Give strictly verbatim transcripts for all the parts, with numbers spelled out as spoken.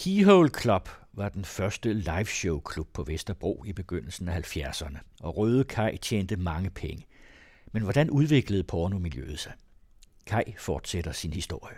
Keyhole Club var den første liveshow-klub på Vesterbro i begyndelsen af halvfjerdserne, og Røde Kaj tjente mange penge. Men hvordan udviklede pornomiljøet sig? Kaj fortsætter sin historie.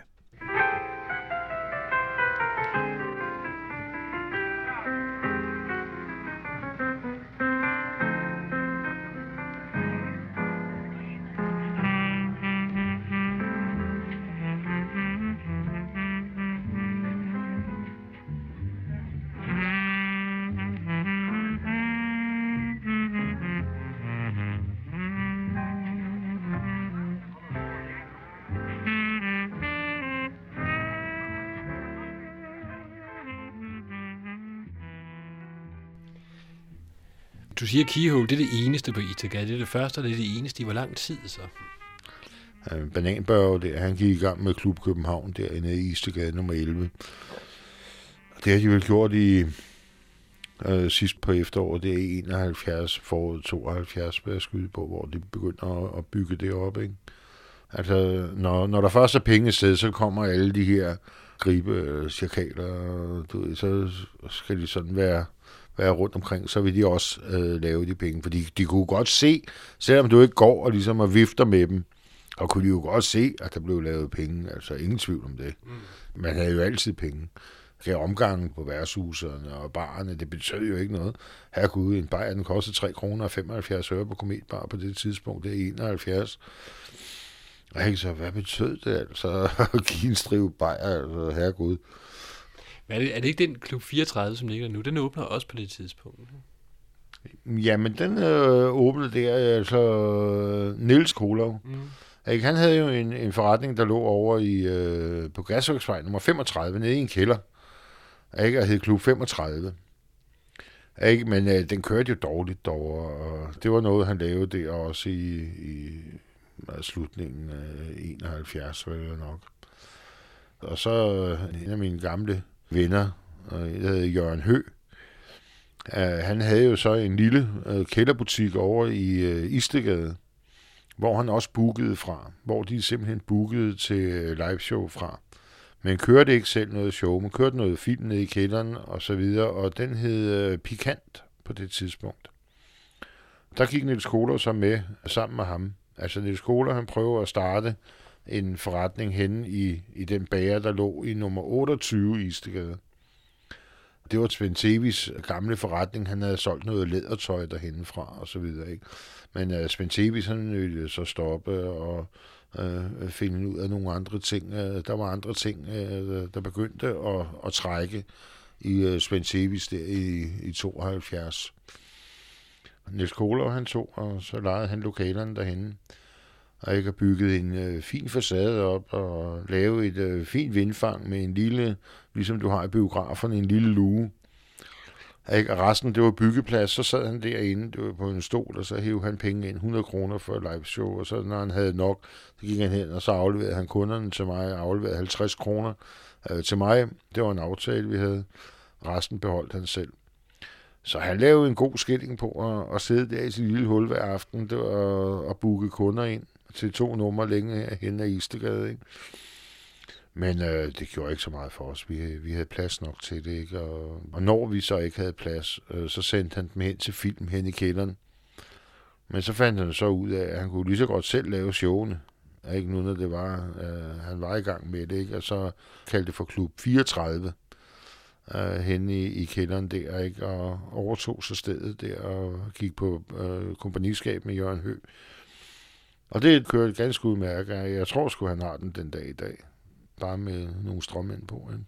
Du siger Keyhole, det er det eneste på Ithaka. Det er det første, og det er det eneste i hvor lang tid så? Ja, Bananbørge der, han gik i gang med Klub København derinde i Istegade nummer elleve. Og det har de vel gjort i øh, sidst på efteråret, det er enoghalvfjerds, foråret tooghalvfjerds, vil jeg skyde på, hvor de begynder at, at bygge det op, ikke? Altså, når, når der først er penge et sted, så kommer alle de her gribe chakaler, du ved, så skal de sådan være være rundt omkring, så vil de også øh, lave de penge. Fordi de kunne godt se, selvom du ikke går og ligesom og vifter med dem, og kunne de jo godt se, at der blev lavet penge. Altså ingen tvivl om det. Mm. Man havde jo altid penge. Gav omgangen på værtshuserne og barerne, det betød jo ikke noget. Herregud, en bajer, den kostede tre kroner og femoghalvfjerds øre på Kometbar på det tidspunkt. Det er enoghalvfjerds. Og ikke så, hvad betød det altså? At give en strive bajer, altså herregud. Men er det, er det ikke den klub fireogtredive, som ligger nu? Den åbner også på det tidspunkt. Jamen, den øh, åbnede der, altså Niels Kolov. Mm. Ikke? Han havde jo en, en forretning, der lå over i, øh, på Gasværksvej nummer femogtredive, nede i en kælder. Ikke? Og hed Klub femogtredive. Ikke? Men øh, den kørte jo dårligt derovre, og det var noget, han lavede der også i, i slutningen af enoghalvfjerds, var det nok. Og så øh, en af mine gamle venner, der hedder Jørgen Hø. Uh, han havde jo så en lille uh, kælderbutik over i uh, Istegade, hvor han også bookede fra, hvor de simpelthen bookede til uh, liveshow fra. Men kørte ikke selv noget show, man kørte noget film nede i kælderen og så videre, og den hed uh, Pikant på det tidspunkt. Der gik Niels Kohler så med sammen med ham. Altså Niels Kohler, han prøver at starte en forretning henne i, i den bager, der lå i nummer otteogtyve i Istegade. Det var Svend Tevis gamle forretning. Han havde solgt noget lædertøj derhenne fra, og så videre, ikke? Men uh, Svend Tevis, han ville så stoppe og uh, finde ud af nogle andre ting. Uh, der var andre ting, uh, der begyndte at, at trække i uh, Svend Tevis der i, i tooghalvfjerds. Niels Kohler, han tog, og så lejede han lokalerne derhenne. Og jeg har bygget en øh, fin facade op og lavet et øh, fint vindfang med en lille, ligesom du har i biograferne, en lille luge. Og resten, det var byggeplads, så sad han derinde, det var på en stol, og så hævde han penge ind, hundrede kroner for et live show, og så når han havde nok, så gik han hen, og så afleverede han kunderne til mig, og afleverede halvtreds kroner øh, til mig. Det var en aftale, vi havde. Resten beholdt han selv. Så han lavede en god skilling på at, at sidde der i sit lille hul hver aften, det var at, at booke kunder ind til to numre længe hen ad Istegade, ikke? Men øh, det gjorde ikke så meget for os. Vi, vi havde plads nok til det, ikke? Og, og når vi så ikke havde plads, øh, så sendte han dem hen til film hen i kælderen. Men så fandt han så ud af, at han kunne lige så godt selv lave showene. Ikke nu, når det var, øh, han var i gang med det, ikke? Og så kaldte det for Klub fireogtredive øh, hen i, i kælderen der, ikke? Og overtog så stedet der og gik på øh, kompagniskab med Jørgen Hø. Og det kørte ganske udmærket. Jeg tror sgu, han har den den dag i dag. Bare med nogle strømmænd på. Ikke?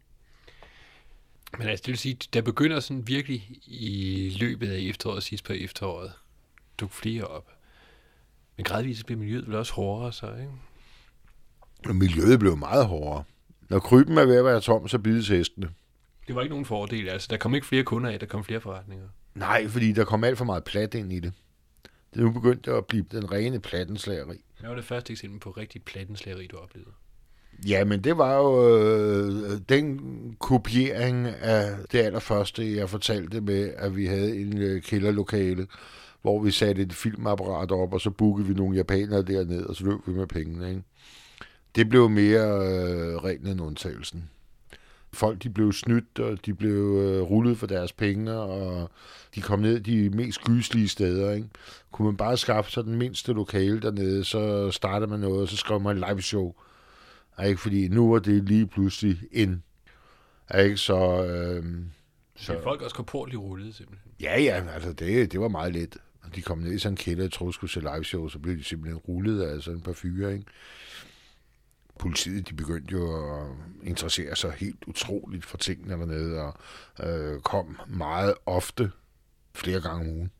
Men altså, det vil sige, der begynder sådan virkelig i løbet af efteråret, sidst på efteråret, dukke flere op. Men gradvist bliver miljøet vel også hårdere så, ikke? Og miljøet blev meget hårdere. Når kryben er ved at være tom, så bides hestene. Det var ikke nogen fordel. Altså, der kom ikke flere kunder af, der kom flere forretninger. Nej, fordi der kom alt for meget plat ind i det. Det er nu begyndt at blive den rene plattenslageri. Hvad var det første eksempel på rigtig plattenslageri, du oplevede? Ja, men det var jo øh, den kopiering af det allerførste, jeg fortalte med, at vi havde en øh, kælderlokale, hvor vi satte et filmapparat op, og så bookede vi nogle japanere derned, og så løb vi med pengene, ikke? Det blev mere øh, reglen end undtagelsen. Folk, de blev snydt, og de blev øh, rullet for deres penge, og de kom ned de mest gyslige steder, ikke? Kunne man bare skaffe sig den mindste lokale dernede, så startede man noget, og så skrev man live show. Ikke? Fordi nu var det lige pludselig ind. Ikke? Så, øh, så det folk også korportligt rullede simpelthen? Ja, ja, altså det, det var meget let. De kom ned i sådan en kælder, jeg troede skulle se live show, så blev de simpelthen rullet af sådan et par fyre, ikke? Politiet, de begyndte jo at interessere sig helt utroligt for tingene dernede, og øh, kom meget ofte, flere gange om ugen.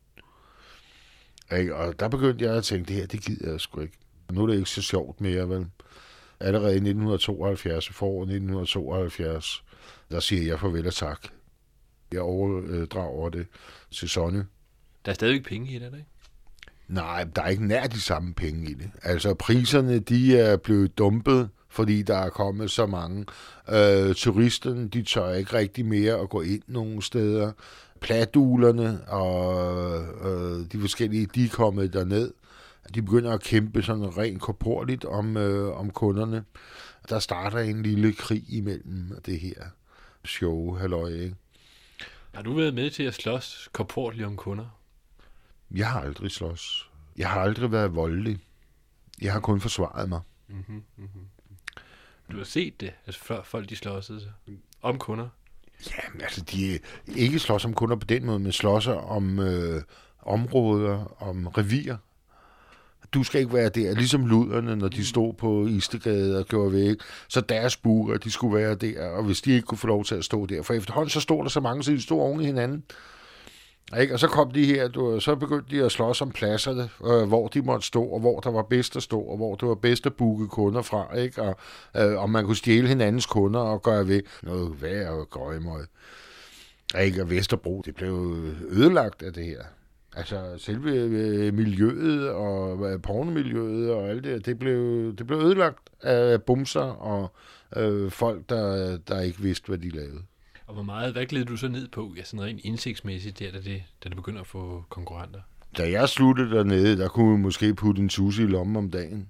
Ikke? Og der begyndte jeg at tænke, det her, det gider jeg sgu ikke. Nu er det ikke så sjovt mere, vel? Allerede i nitten tooghalvfjerds, foråret nitten tooghalvfjerds, der siger jeg farvel og tak. Jeg overdrager det til Sonny. Der er stadigvæk penge i det, ikke? Nej, der er ikke nær de samme penge i det. Altså, priserne, de er blevet dumpet, fordi der er kommet så mange. Øh, turisterne, de tør ikke rigtig mere at gå ind nogle steder. Platulerne og øh, de forskellige, de er kommet derned. De begynder at kæmpe sådan rent korporligt om, øh, om kunderne. Der starter en lille krig imellem det her show, halløj, ikke? Har du været med til at slås korporligt om kunder? Jeg har aldrig slås. Jeg har aldrig været voldelig. Jeg har kun forsvaret mig. Mm-hmm, mm-hmm. Du har set det, altså folk de slåsede sig om kunder? Jamen altså, de ikke slås om kunder på den måde, men slås om øh, områder, om revir. Du skal ikke være der, ligesom luderne, når de stod på Istegade og gjorde væk. Så deres buer, de skulle være der, og hvis de ikke kunne få lov til at stå der. For efterhånden så stod der så mange, så de stod oven i hinanden. Ikke? Og så kom de her, du, så begyndte de at slås om pladserne, øh, hvor de måtte stå, og hvor der var bedst at stå, og hvor det var bedst at booke kunder fra, ikke? Og øh, om man kunne stjæle hinandens kunder og gøre ved noget værre og gøjmøg. Ikke? Og Vesterbro, det blev ødelagt af det her. Altså selve øh, miljøet og øh, pornomiljøet og alt det, det blev, det blev ødelagt af bumser og øh, folk, der, der ikke vidste, hvad de lavede. Og hvor meget, hvad gled du så ned på, ja, sådan rent indsigtsmæssigt, der, da det, da det begynder at få konkurrenter? Da jeg sluttede dernede, der kunne vi måske putte en tusse i lommen om dagen.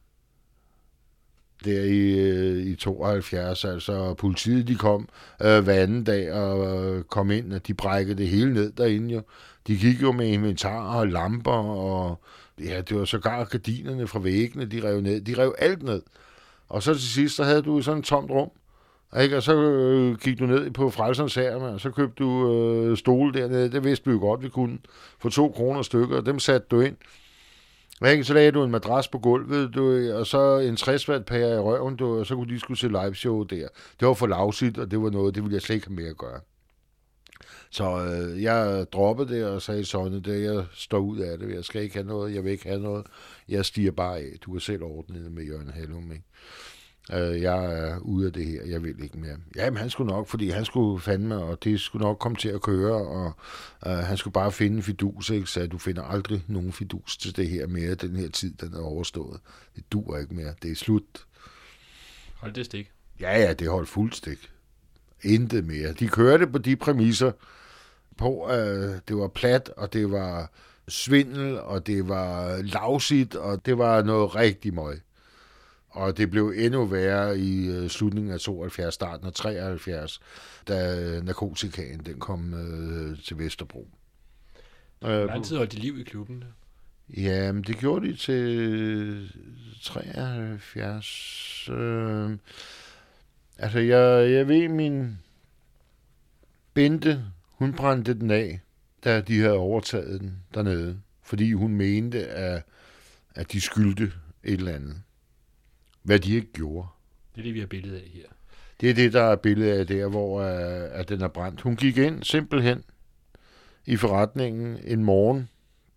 Der i, i tooghalvfjerds, altså politiet, de kom øh, hver anden dag og øh, kom ind, og de brækkede det hele ned derinde jo. De gik jo med inventar og lamper, og ja, det var sågar gardinerne fra væggene, de rev ned. De rev alt ned. Og så til sidst, så havde du sådan et tomt rum. Ikke? Og så øh, gik du ned på Frelserens Hær, og så købte du øh, stole dernede. Det vidste vi jo godt, vi kunne. For to kroner stykker, og dem satte du ind. Ikke? Så lagde du en madras på gulvet, du, og så en tres watt pære i røven, du, og så kunne de skulle se live show der. Det var for lavsigt, og det var noget, det ville jeg slet ikke have mere at gøre. Så øh, jeg droppede det og sagde sådan, det jeg står ud af det. Jeg skal ikke have noget, jeg vil ikke have noget. Jeg stiger bare af. Du kan selv ordne det med Jørgen Hallum, ikke? Øh, jeg er ude af det her, jeg vil ikke mere. Jamen, han skulle nok, fordi han skulle fandme, og det skulle nok komme til at køre, og øh, han skulle bare finde en fidus, ikke? Så du finder aldrig nogen fidus til det her mere. Den her tid, den er overstået. Det dur ikke mere. Det er slut. Hold det stik. Ja, ja, det holdt fuld stik. Intet mere. De kørte på de præmisser på, at øh, det var plat, og det var svindel, og det var lavsigt, og det var noget rigtig møg. Og det blev endnu værre i øh, slutningen af tooghalvfjerds, starten af treoghalvfjerds, da narkotikaen den kom øh, til Vesterbro. Hvor lang tid holdt de liv i klubben? Der? Jamen, det gjorde de til treoghalvfjerds. Øh, altså, jeg, jeg ved, min Bente, hun brændte den af, da de havde overtaget den dernede, fordi hun mente, at, at de skyldte et eller andet. Hvad de ikke gjorde. Det er det, vi har billede af her. Det er det, der er billede af der, hvor uh, at den er brændt. Hun gik ind simpelthen i forretningen en morgen,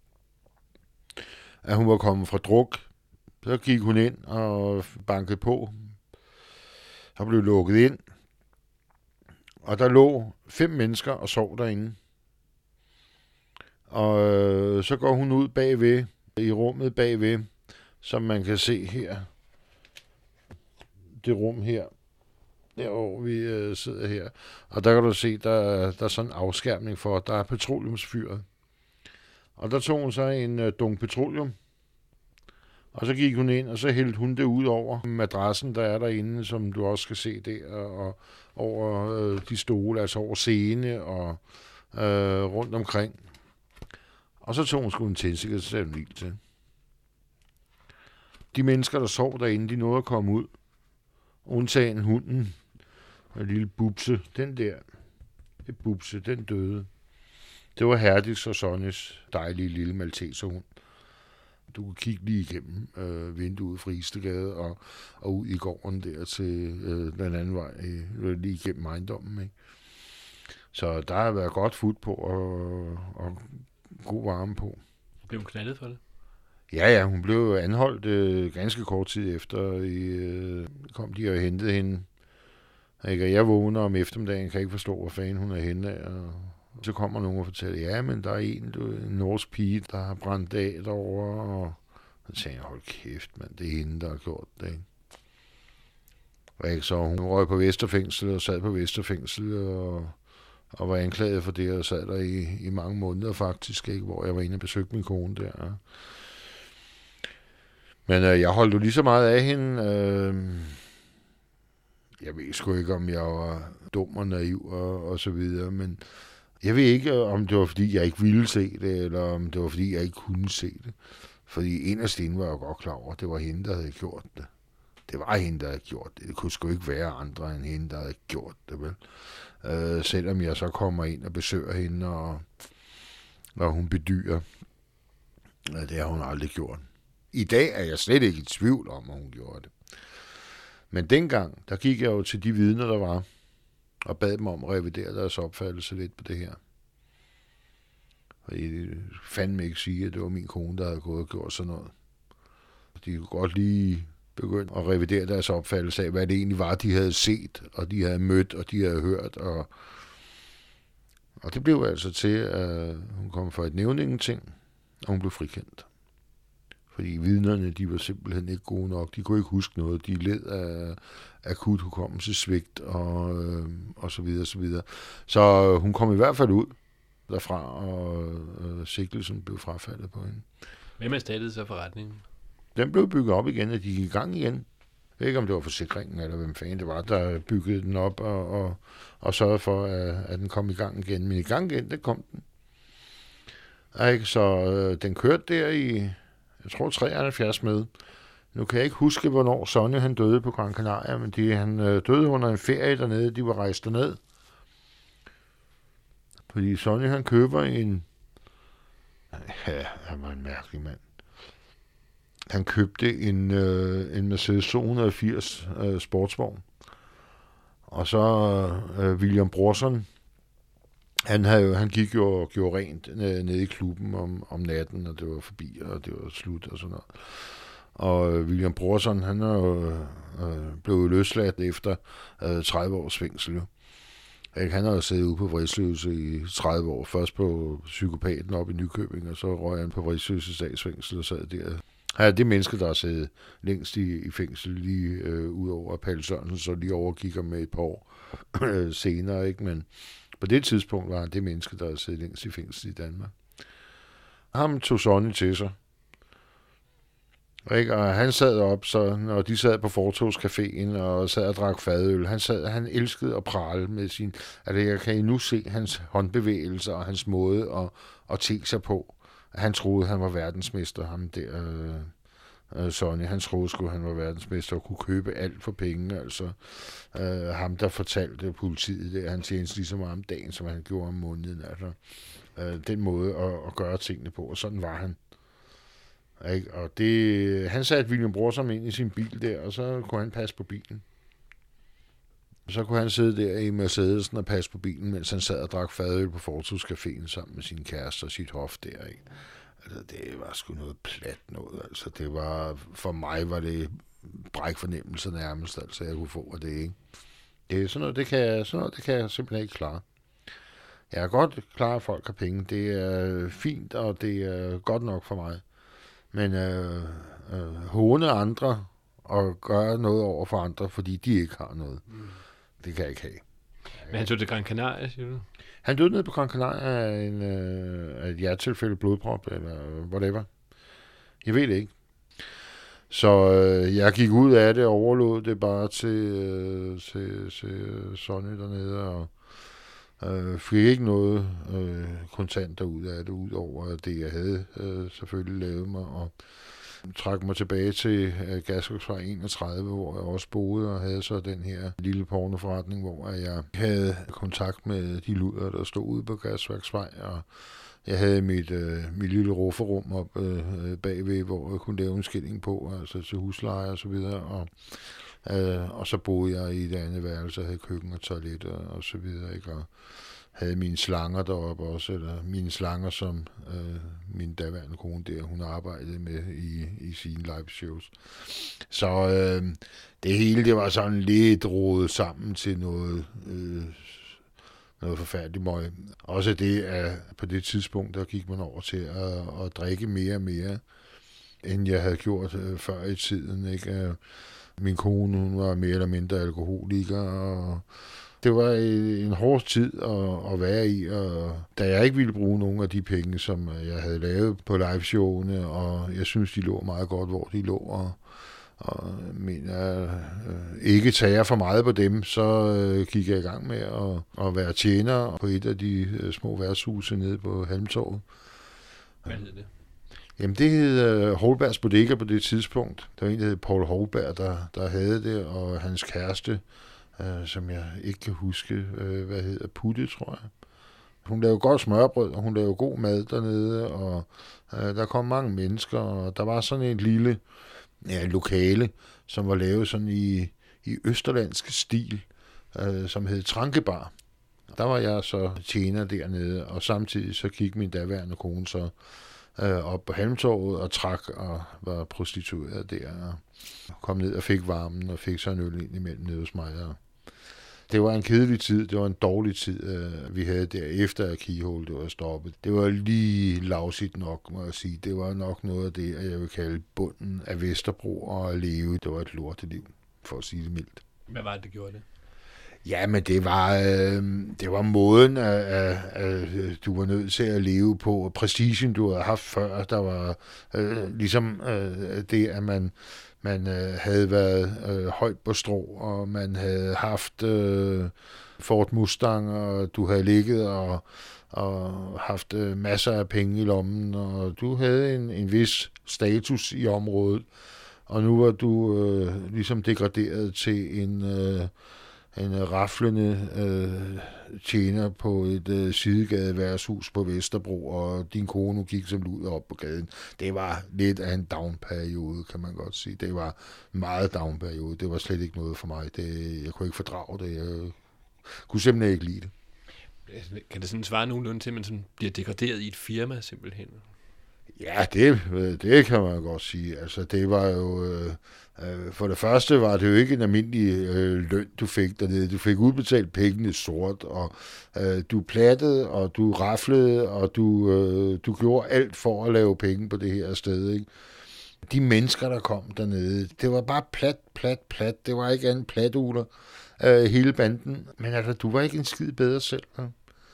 at hun var kommet fra druk. Så gik hun ind og bankede på. Og blev lukket ind. Og der lå fem mennesker og sov derinde. Og uh, så går hun ud bagved, i rummet bagved, som man kan se her. Det rum her, der hvor vi øh, sidder her. Og der kan du se, der, der er sådan en afskærmning for, der er petroleumsfyret. Og der tog hun så en øh, dunk petroleum, Og så gik hun ind, og så hældte hun det ud over madrassen, der er derinde, som du også skal se der, og over øh, de stole, altså over scene og øh, rundt omkring. Og så tog hun sgu en tændstik, og så satte hun ild til. De mennesker, der sov derinde, de nåede at komme ud. Undtagen hunden, en lille bubse, den der, det bubse, den døde. Det var Herdis og Sonnes dejlige lille malteserhund. Du kunne kigge lige igennem øh, vinduet fra Istegade og, og ud i gården der til øh, den anden vej, øh, lige igennem ejendommen. Ikke? Så der har været godt fod på og, og god varme på. Blev hun knaldet for det? Ja, ja, hun blev anholdt øh, ganske kort tid efter. I, øh, kom de og hentede hende. Ikke? Og jeg vågner om eftermiddagen, kan ikke forstå, hvor fanden hun er henne af. Og så kommer nogen og fortæller, ja, men der er en, du, en norsk pige, der har brændt af derovre. Og så tænker jeg, hold kæft, mand, det er hende, der har gjort det. Ikke? Og ikke? Så hun røg på Vesterfængsel og sad på Vesterfængsel og, og var anklaget for det, og sad der i, i mange måneder faktisk, ikke? Hvor jeg var inde og besøgte min kone der. Men øh, jeg holdt jo lige så meget af hende. Øh, jeg ved sgu ikke, om jeg var dum og naiv og, og så videre, men jeg ved ikke, om det var, fordi jeg ikke ville se det, eller om det var, fordi jeg ikke kunne se det. Fordi en af sten var jeg godt klar over, det var hende, der havde gjort det. Det var hende, der havde gjort det. Det kunne sgu ikke være andre end hende, der havde gjort det, vel? Øh, selvom jeg så kommer ind og besøger hende, og, og hun bedyrer, ja, det har hun aldrig gjort. I dag er jeg slet ikke i tvivl om, at hun gjorde det. Men dengang, der gik jeg jo til de vidner, der var, og bad dem om at revidere deres opfattelse lidt på det her. Og jeg fandme ikke sige, at det var min kone, der havde gået og gjort sådan noget. De kunne godt lige begynde at revidere deres opfattelse af, hvad det egentlig var, de havde set, og de havde mødt, og de havde hørt. Og, og det blev altså til, at hun kom for et nævningeting, og hun blev frikendt. Fordi vidnerne, de var simpelthen ikke gode nok. De kunne ikke huske noget. De led af akut hukommelsessvigt og, øh, og så videre, så videre. Så hun kom i hvert fald ud derfra, og øh, sigtelsen blev frafaldet på hende. Hvem erstattede så forretningen? Den blev bygget op igen, og de gik i gang igen. Jeg ved ikke, om det var forsikringen, eller hvem fanden det var, der byggede den op og, og, og sørgede for, at, at den kom i gang igen. Men i gang igen, det kom den. Ikke? Så øh, den kørte der i, jeg tror, treoghalvfjerds med. Nu kan jeg ikke huske, hvornår Sonny han døde på Gran Canaria, men de, han øh, døde under en ferie dernede. De var rejst derned. Fordi Sonny han køber en... Ja, han var en mærkelig mand. Han købte en, øh, en Mercedes to hundrede og firs øh, sportsvogn. Og så øh, William Brorson, han, havde, han gik jo og gjorde rent øh, nede i klubben om, om natten, og det var forbi, og det var slut og sådan noget. Og øh, William Brorson, han er jo øh, blevet løsladt efter øh, tredive års fængsel. Jo. Han har jo siddet ude på Vridsløse i tredive år. Først på Psykopaten op i Nykøbing, og så røg han på Vridsløse statsfængsel og sad der. Han er det menneske, der har siddet længst i, i fængsel, lige øh, ud over Palle Sørensen, så lige overgik ham med et par år øh, senere. Ikke? Men på det tidspunkt var han det menneske, der har siddet længst i fængsel i Danmark. Ham tog Sonny til sig. Ikke? Og han sad op, så når de sad på Fortogscaféen og sad og drak fadøl, han sad, han elskede at prale med sin, altså jeg kan nu se hans håndbevægelser og hans måde at, at tænke sig på. Han troede, han var verdensmester, ham der, øh, Sonny. Han troede sgu, han var verdensmester og kunne købe alt for penge. Altså, øh, ham, der fortalte politiet det, han tjente lige så meget om dagen, som han gjorde om måneden. Altså, øh, den måde at, at gøre tingene på, og sådan var han. Ikke? Og det, han satte William Brorson ind i sin bil der, og så kunne han passe på bilen. Så kunne han sidde der i Mercedesen og passe på bilen, mens han sad og drak fadøl på Fortogscaféen sammen med sin kæreste og sit hof der. Ikke? Altså, det var sgu noget plat noget. Altså, det var, for mig var det brækfornemmelse nærmest, altså jeg kunne få af det, ikke? Det er sådan noget, det kan jeg, sådan noget, det kan jeg simpelthen ikke klare. Jeg er godt klar, at folk har penge. Det er fint, og det er godt nok for mig. Men øh, øh, håne andre og gøre noget over for andre, fordi de ikke har noget. Mm. Det kan jeg ikke have. Men han tog til Gran Canaria, siger du? Han døde nede på Gran Canaria af, en, øh, af et hjertetilfælde, blodprop, eller whatever. Jeg ved det ikke. Så øh, jeg gik ud af det og overlod det bare til, øh, til, til Sonny dernede, og øh, fik ikke noget øh, kontanter ud af det, udover det, jeg havde øh, selvfølgelig lavet mig, og trak mig tilbage til øh, Gasværksvej enogtredive, hvor jeg også boede, og havde så den her lille pornoforretning, hvor jeg havde kontakt med de luder, der stod ude på Gasværksvej, og jeg havde mit, øh, mit lille rufferum op øh, bagved, hvor jeg kunne lave en skilling på, altså til husleje og så videre, og, øh, og så boede jeg i det andet værelse, havde køkken og toilet og, og så videre, ikke? Og havde mine slanger deroppe også, eller mine slanger, som øh, min daværende kone der, hun arbejdede med i, i sine live shows. Så øh, det hele, det var sådan lidt rodet sammen til noget... Øh, noget forfærdeligt møg. Også det, at på det tidspunkt, der gik man over til at, at drikke mere og mere, end jeg havde gjort øh, før i tiden. Ikke? Min kone, hun var mere eller mindre alkoholiker, og det var en hård tid at, at være i, og da jeg ikke ville bruge nogle af de penge, som jeg havde lavet på liveshowene, og jeg synes, de lå meget godt, hvor de lå, og og mener jeg øh, ikke tager for meget på dem, så øh, gik jeg i gang med at, at være tjener på et af de øh, små værtshuse nede på Halmtorvet. Hvad hed det? Jamen det hed øh, Holbergs Bodega på det tidspunkt. Der var en, der hed Paul Holberg, der, der havde det, og hans kæreste, øh, som jeg ikke kan huske, øh, hvad hedder, Putte, tror jeg. Hun lavede godt smørbrød, og hun lavede god mad dernede, og øh, der kom mange mennesker, og der var sådan et lille ja, lokale, som var lavet sådan i, i østerlandsk stil, øh, som hed Trankebar. Der var jeg så tjener dernede, og samtidig så gik min daværende kone så øh, op på Halmtorvet og trak og var prostitueret der, og kom ned og fik varmen og fik så en øl ind imellem nede hos mig. Og det var en kedelig tid, det var en dårlig tid, øh, vi havde der efter at Keyhole, det var stoppet. Det var lige lavsigt nok, må jeg sige. Det var nok noget af det, jeg vil kalde bunden af Vesterbro og at leve. Det var et lorteliv, for at sige det mildt. Hvad var det, der gjorde det? Ja, men det var, øh, det var måden, at, at, at du var nødt til at leve på, og prestigen, du havde haft før, der var øh, ligesom øh, det, at man Man øh, havde været øh, højt på strå, og man havde haft øh, Ford Mustang, og du havde ligget og, og haft øh, masser af penge i lommen, og du havde en, en vis status i området. Og nu var du øh, ligesom degraderet til en, øh, en raflende øh, tjener på et øh, sidegade værtshus på Vesterbro, og din kone gik som lud op på gaden. Det var lidt af en down-periode, kan man godt sige. Det var en meget down-periode. Det var slet ikke noget for mig. Det, jeg kunne ikke fordrage det. Jeg kunne simpelthen ikke lide det. Kan det sådan svare nogenlunde til, at man sådan bliver degraderet i et firma simpelthen? Ja, det, det kan man godt sige. Altså, det var jo... Øh, for det første var det jo ikke en almindelig øh, løn, du fik dernede. Du fik udbetalt pengene sort, og øh, du plattede, og du raflede, og du, øh, du gjorde alt for at lave penge på det her sted, ikke? De mennesker, der kom dernede, det var bare plat, plat, plat. Det var ikke andet platuler, øh, hele banden. Men altså, du var ikke en skid bedre selv, ja.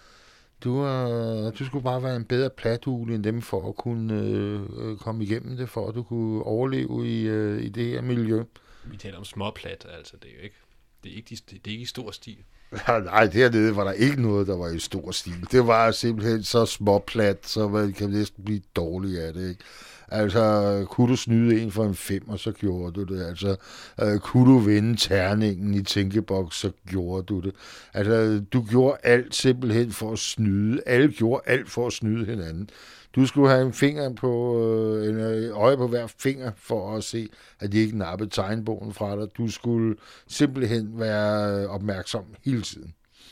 Du, øh, du skulle bare være en bedre plathule end dem for at kunne øh, komme igennem det, for at du kunne overleve i, øh, i det her miljø. Vi taler om småplat, altså det er jo ikke, det er ikke, det er ikke i stor stil. Ja, nej, dernede var der ikke noget, der var i stor stil. Det var simpelthen så småplat, så man kan næsten blive dårlig af det, ikke? Altså, kunne du snyde en for en fem, og så gjorde du det. Altså, øh, kunne du vinde terningen i tænkeboks, så gjorde du det. Altså, du gjorde alt simpelthen for at snyde. Alle gjorde alt for at snyde hinanden. Du skulle have en finger på, øh, en øje på hver finger, for at se, at de ikke nappede tegnbogen fra dig. Du skulle simpelthen være opmærksom hele tiden.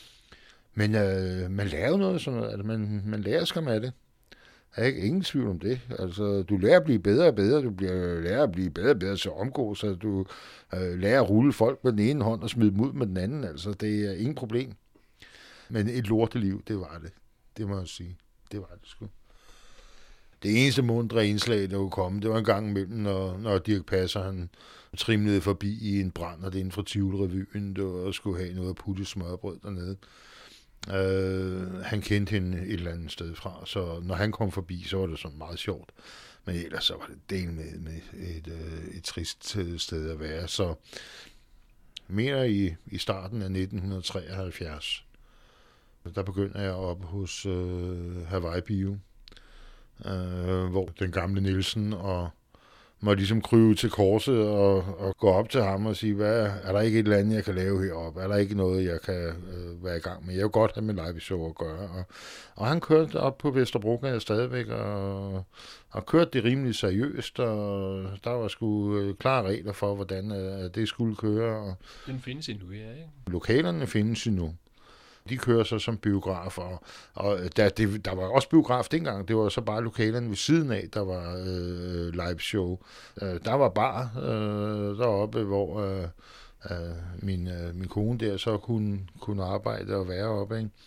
Men øh, man lærer noget sådan noget. Altså, man, man lærer skam af det. Jeg har ikke ingen tvivl om det. Altså, du lærer at blive bedre og bedre, du bliver, lærer at blive bedre og bedre til at omgå, så du øh, lærer at rulle folk med den ene hånd og smide dem ud med den anden. Altså, det er ingen problem. Men et lorteliv, det var det. Det må jeg sige. Det var det sgu. Det eneste mundre indslag, der kunne komme, det var en gang imellem, når, når Dirch Passer, han trimlede forbi i en brand, og det inden for Tivoli-revyen, der skulle have noget at putte smørbrød dernede. Uh, han kendte hende et eller andet sted fra, så når han kom forbi, så var det sådan meget sjovt. Men ellers så var det del med, med et, øh, et trist sted at være. Så mere i, i starten af nitten treoghalvfjerds, der begynder jeg op hos øh, Hawaii Bio, øh, hvor den gamle Nielsen og må ligesom kryve til korset og, og gå op til ham og sige, hvad, er der ikke et eller andet, jeg kan lave heroppe? Er der ikke noget, jeg kan øh, være i gang med? Jeg vil godt have med live show at gøre. Og, og han kørte op på Vesterbrogade stadigvæk og, og kørte det rimelig seriøst, og der var sgu øh, klare regler for, hvordan øh, det skulle køre. Og den findes endnu, ja, ikke? Lokalerne findes endnu. De kører så som biograf, og, og der, det, der var også biograf dengang. Det var så bare lokalerne ved siden af, der var øh, live show. Øh, der var bar øh, deroppe, hvor øh, øh, min, øh, min kone der så kunne, kunne arbejde og være oppe. Ikke?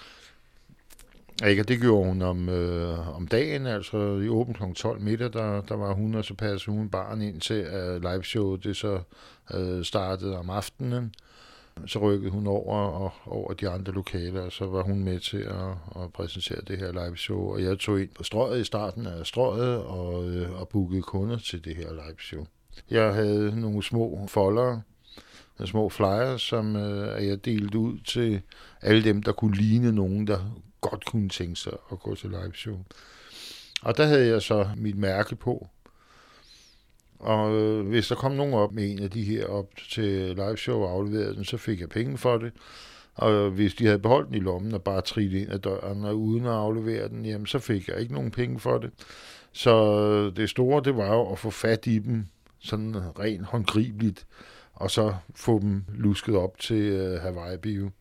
Ikke, og det gjorde hun om, øh, om dagen, altså i åben klokken tolv middag, der, der var hun, og så passede hun barn ind til uh, live show, det så øh, startede om aftenen. Så rykkede hun over og over de andre lokaler, og så var hun med til at, at præsentere det her live show. Og jeg tog ind på strøget i starten af strøget og, øh, og bookede kunder til det her live show. Jeg havde nogle små foldere, nogle små flyers, som øh, jeg delte ud til alle dem, der kunne ligne nogen, der godt kunne tænke sig at gå til live show. Og der havde jeg så mit mærke på. Og øh, hvis der kom nogen op med en af de her op til liveshow og afleverede den, så fik jeg penge for det. Og hvis de havde beholdt den i lommen og bare trillet ind ad døren og uden at aflevere den, jamen så fik jeg ikke nogen penge for det. Så det store, det var jo at få fat i dem sådan rent håndgribeligt, og så få dem lusket op til øh, Hawaii Bio.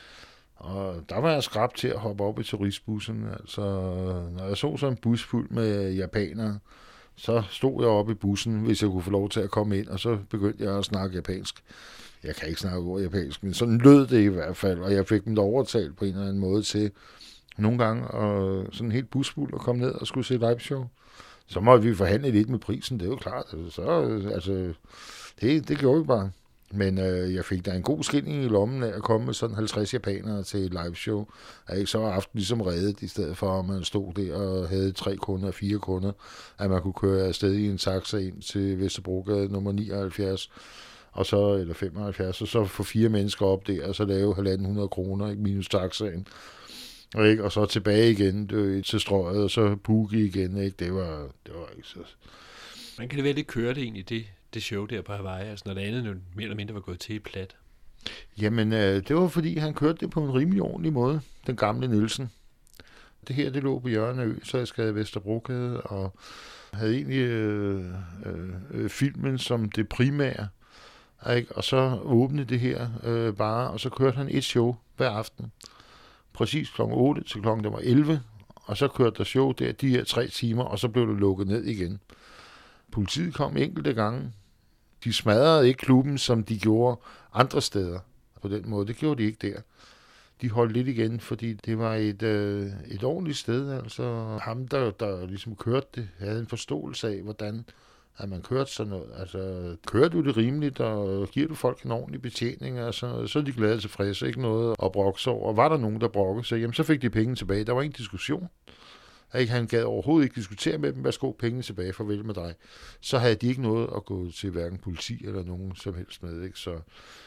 Og der var jeg skrab til at hoppe op i turistbussen. Altså, når jeg så sådan en bus fuld med japanere, så stod jeg oppe i bussen, hvis jeg kunne få lov til at komme ind, og så begyndte jeg at snakke japansk. Jeg kan ikke snakke ord japansk, men sådan lød det i hvert fald, og jeg fik dem overtalt på en eller anden måde til nogle gange, og sådan en helt busfuld at komme ned og skulle se live show. Så måtte vi forhandle lidt med prisen, det er jo klart. Så, altså, det, det gjorde vi bare. Men øh, jeg fik da en god skilling i lommen af at komme med sådan halvtreds japanere til et live show. Jeg ikke så var aften ligesom reddet, i stedet for at man stod der og havde tre kunder, fire kunder, at man kunne køre afsted i en taxa ind til Vesterbrogade nummer nioghalvfjerds, og så, eller femoghalvfjerds, og så få fire mennesker op der, og så lave halvanden hundrede kroner, ikke, minus taxaen. Og, ikke, og så tilbage igen det, til strøget, og så boogie igen. Ikke? Det var, det var ikke så... Man kan det vel ikke køre det egentlig, det, det show der på Hawaii, altså når det andet mere eller mindre var gået til plat? Jamen, øh, det var fordi, han kørte det på en rimelig ordentlig måde, den gamle Nielsen. Det her, det lå på hjørnet af Ø, så jeg skrev Vesterbrogade, og havde egentlig øh, øh, filmen som det primære. Ikke? Og så åbnede det her øh, bare, og så kørte han et show hver aften. Præcis klokken otte til klokken elleve, og så kørte der show der de her tre timer, og så blev det lukket ned igen. Politiet kom enkelte gange. De smadrede ikke klubben, som de gjorde andre steder på den måde. Det gjorde de ikke der. De holdt lidt igen, fordi det var et, øh, et ordentligt sted. Altså ham, der, der ligesom kørte det, havde en forståelse af, hvordan at man kørte sådan noget. Altså, kører du det rimeligt, og giver du folk en ordentlig betjening, altså, så er de glade og tilfredse, ikke noget at brokke sig over. Og var der nogen, der brokkede sig, jamen så fik de penge tilbage. Der var ingen diskussion. Ikke, han gad overhovedet ikke diskutere med dem, værsgo pengene tilbage, farvel med dig. Så havde de ikke noget at gå til hverken politi eller nogen som helst med. Ikke? Så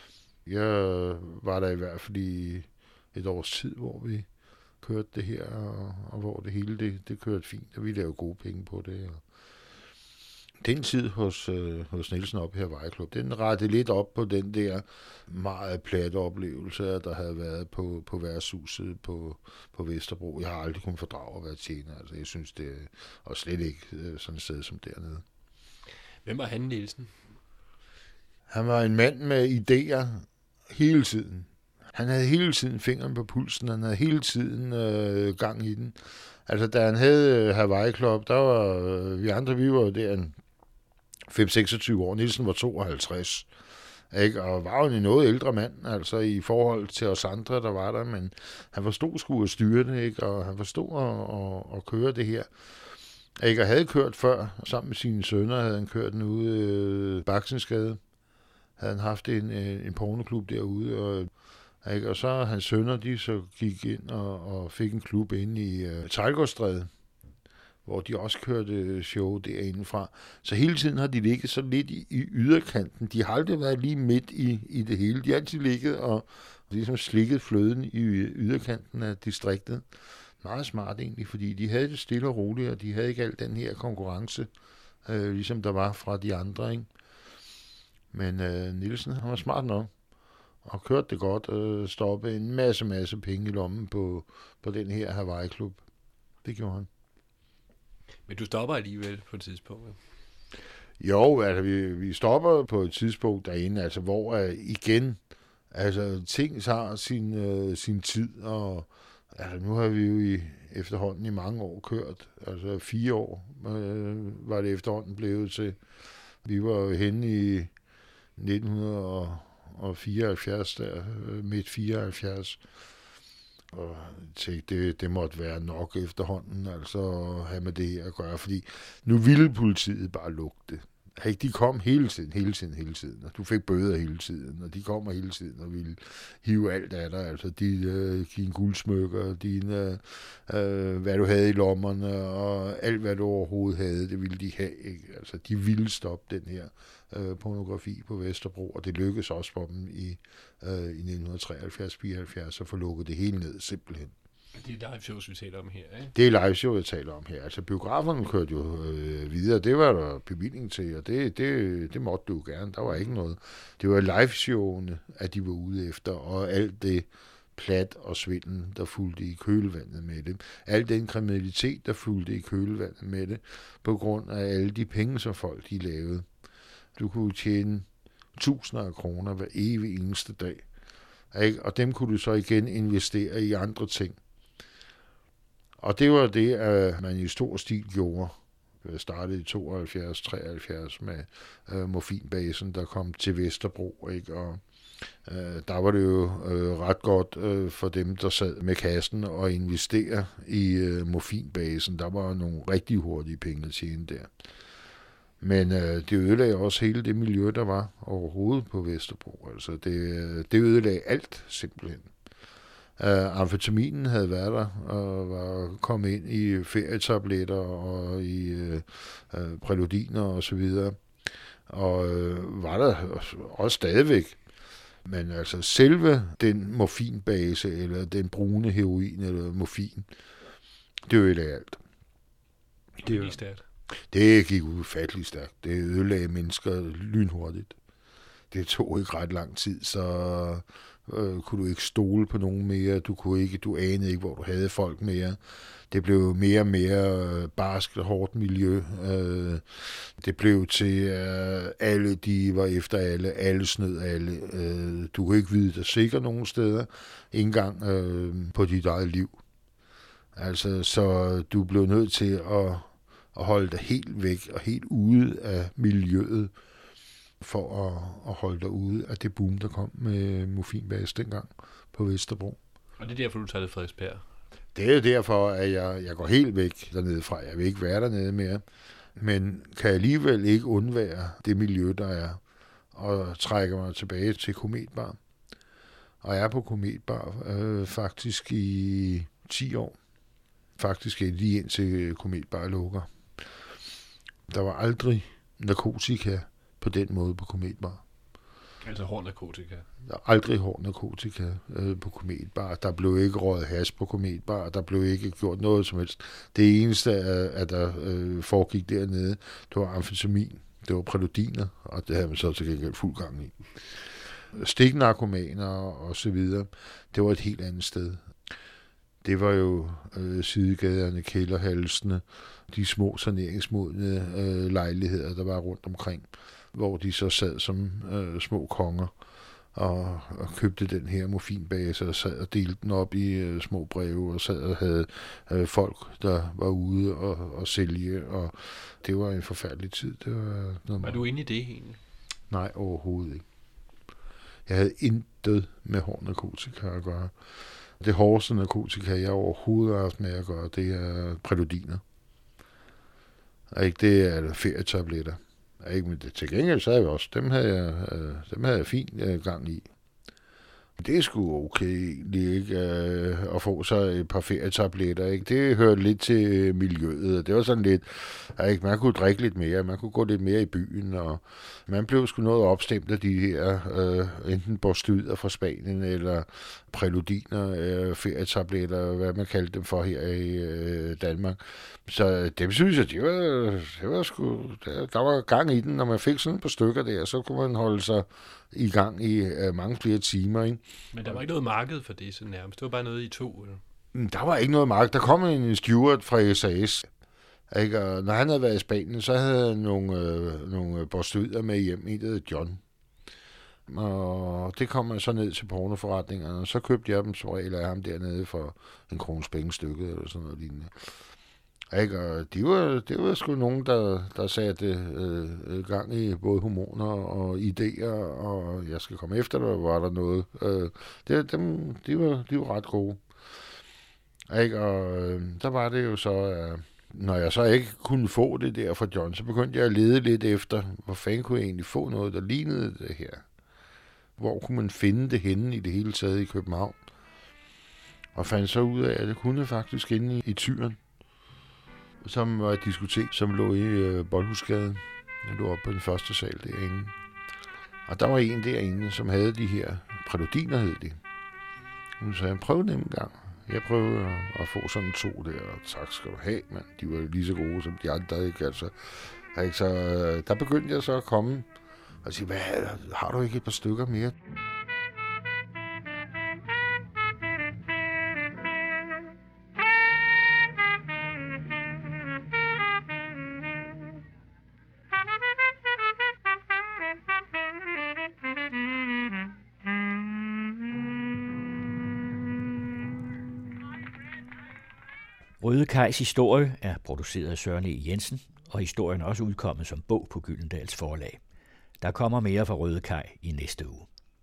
jeg var der i hvert fald i et års tid, hvor vi kørte det her, og, og hvor det hele det, det kørte fint, og vi lavede gode penge på det. Og den tid hos, øh, hos Nielsen op her Hawaii Club, den rettede lidt op på den der meget platte oplevelse, der havde været på, på værtshuset på, på Vesterbro. Jeg har aldrig kunnet fordrage at være tjener. Altså, jeg synes, det er slet ikke øh, sådan et sted som dernede. Hvem var han, Nielsen? Han var en mand med idéer hele tiden. Han havde hele tiden fingeren på pulsen, han havde hele tiden øh, gang i den. Altså, da han havde Hawaii Club, der var øh, vi andre, vi var jo der en fem seksogtyve år. Nielsen var tooghalvtreds, ikke? Og var jo en noget ældre mand, altså i forhold til os andre, der var der, men han forstod sgu at styre det, ikke? Og han forstod at, at, at køre det her. Ikke? Og havde kørt før, sammen med sine sønner, havde han kørt den ude i øh, Baksensgade. Havde han haft en, en pornoklub derude, og ikke? Og så hans sønner, de så gik ind og, og fik en klub inde i uh, Tejlgårdstræde, hvor de også kørte show derindefra. Så hele tiden har de ligget så lidt i, i yderkanten. De har aldrig været lige midt i, i det hele. De har altid ligget og ligesom slikket fløden i yderkanten af distriktet. Meget smart egentlig, fordi de havde det stille og roligt, og de havde ikke al den her konkurrence, øh, ligesom der var fra de andre, ikke? Men øh, Nielsen, han var smart nok, og kørte det godt, og stoppede en masse, masse penge i lommen på, på den her Hawaii-klub. Det gjorde han. Men du stopper alligevel på et tidspunkt, ja? Jo, altså vi, vi stopper på et tidspunkt derinde, altså hvor uh, igen, altså ting har sin, uh, sin tid, og altså nu har vi jo i, efterhånden i mange år kørt, altså fire år uh, var det efterhånden blevet til. Vi var jo henne i nitten fireoghalvfjerds, der, midt fireoghalvfjerds, og tænkte, det, det måtte være nok efterhånden, altså at have med det her at gøre, fordi nu ville politiet bare lukke det. De kom hele tiden, hele tiden, hele tiden, og du fik bøder hele tiden, og de kommer hele tiden og ville hive alt af dig, altså de, øh, dine guldsmykker, dine, øh, hvad du havde i lommerne, og alt hvad du overhovedet havde, det ville de have, ikke? Altså de ville stoppe den her øh, pornografi på Vesterbro, og det lykkedes også for dem i, øh, i nitten treoghalvfjerds fireoghalvfjerds at få lukket det hele ned, simpelthen. Det er live shows, vi taler om her, ikke? Det er live show, jeg taler om her. Altså, biograferne kørte jo øh, videre. Det var der bevilling til, og det, det, det måtte du gerne. Der var ikke noget. Det var live showene, at de var ude efter, og alt det plat og svindel, der fulgte i kølvandet med det. Al den kriminalitet, der fulgte i kølvandet med det, på grund af alle de penge, som folk de lavede. Du kunne tjene tusinder af kroner hver evig eneste dag. Ikke? Og dem kunne du så igen investere i andre ting. Og det var det, at man i stor stil gjorde. Det startede i tooghalvfjerds treoghalvfjerds med øh, morfinbasen, der kom til Vesterbro, ikke? Og øh, der var det jo øh, ret godt øh, for dem, der sad med kassen og investere i øh, morfinbasen. Der var nogle rigtig hurtige penge at tjene der. Men øh, det ødelagde også hele det miljø, der var overhovedet på Vesterbro. Altså det, det ødelagde alt simpelthen. Uh, amfetaminen havde været der og var kommet ind i ferietabletter og i uh, uh, præludiner og så videre. Og uh, var der også stadigvæk. Men altså selve den morfinbase eller den brune heroin eller morfin, det ødelagde alt. Det gik stærkt. Det gik ufatteligt stærkt. Det ødelagde mennesker lynhurtigt. Det tog ikke ret lang tid, så øh, kunne du ikke stole på nogen mere. Du kunne ikke, du anede ikke, hvor du havde folk mere. Det blev mere og mere øh, barskt og hårdt miljø. Øh, det blev til, øh, alle de var efter alle, alle snød alle. Øh, du kunne ikke vide dig sikker nogen steder, ikke engang øh, på dit eget liv. Altså, så du blev nødt til at, at holde dig helt væk og helt ude af miljøet, for at, at holde dig ude af det boom, der kom med morfinbase dengang på Vesterbro. Og det er derfor, du tager det Frederiksberg? Det er derfor, at jeg, jeg går helt væk dernede fra. Jeg vil ikke være dernede mere, men kan alligevel ikke undvære det miljø, der er, og trækker mig tilbage til Kometbar. Og jeg er på Kometbar øh, faktisk i ti år. Faktisk lige indtil Kometbar lukker. Der var aldrig narkotika på den måde på Kometbar. Altså hård narkotika? Der er aldrig hård narkotika øh, på Kometbar. Der blev ikke røget hash på Kometbar. Der blev ikke gjort noget som helst. Det eneste, at, at der øh, foregik dernede, det var amfetamin. Det var præludiner, og det havde man så til gengæld fuld gang i. Stiknarkomaner og så videre. Det var et helt andet sted. Det var jo øh, sidegaderne, kælderhalsene, de små saneringsmodne øh, lejligheder, der var rundt omkring, hvor de så sad som øh, små konger og, og købte den her morfinbase og sad og delte den op i øh, små breve og sad og havde øh, folk, der var ude og, og sælge, og det var en forfærdelig tid. Det var, noget var du inde i det egentlig? Nej, overhovedet ikke. Jeg havde intet med hård narkotika at gøre. Det hårdeste narkotika, jeg overhovedet har haft med at gøre, det er præludiner. Og ikke det er ferietabletter. Ikke, men det, til gengæld så havde jeg også, dem havde jeg, øh, dem havde jeg fin øh, gang i. Det er sgu okay egentlig, ikke? Øh, at få sig et par ferietabletter, ikke? Det hørte lidt til miljøet, det var sådan lidt, ikke? Man kunne drikke lidt mere, man kunne gå lidt mere i byen, og man blev sgu noget opstemt af de her, øh, enten borstyder fra Spanien, eller præludiner, øh, ferietabletter, hvad man kaldte dem for her i øh, Danmark. Så dem synes jeg, det var, det var sgu, der, der var gang i den, når man fik sådan et par stykker der, så kunne man holde sig i gang i uh, mange flere timer, ikke? Men der var ikke noget marked for det, så nærmest. Det var bare noget i to, eller? Der var ikke noget marked. Der kom en steward fra S A S, ikke? Og når han havde været i Spanien, så havde han nogle, øh, nogle borstyder med hjem i, det hed John. Og det kom man så ned til pornoforretningerne, og så købte jeg dem som regel af ham dernede for en krones penge stykket, eller sådan noget lignende. Ikke? Og de var, det var sgu nogen, der, der satte øh, gang i både hormoner og idéer, og jeg skal komme efter, der var der noget. Øh, det, dem, de, var, de var ret gode. Ikke? Og øh, der var det jo så, øh, når jeg så ikke kunne få det der fra John, så begyndte jeg at lede lidt efter, hvor fanden kunne jeg egentlig få noget, der lignede det her. Hvor kunne man finde det henne i det hele taget i København? Og fandt så ud af, at det kunne faktisk inde i, i Tyren, som var et diskotek, som lå i øh, Boldhusgaden. Den lå oppe på den første sal derinde. Og der var en derinde, som havde de her præludiner, hed de. Hun sagde, prøv dem en gang. Jeg prøvede at, at få sådan to der, og tak skal du have, mand. De var lige så gode som de andre, ikke? Altså, ikke? Så der begyndte jeg så at komme og sige, hvad, har du ikke et par stykker mere? Røde Kajs historie er produceret af Søren E. Jensen, og historien er også udkommet som bog på Gyldendals forlag. Der kommer mere fra Røde Kaj i næste uge.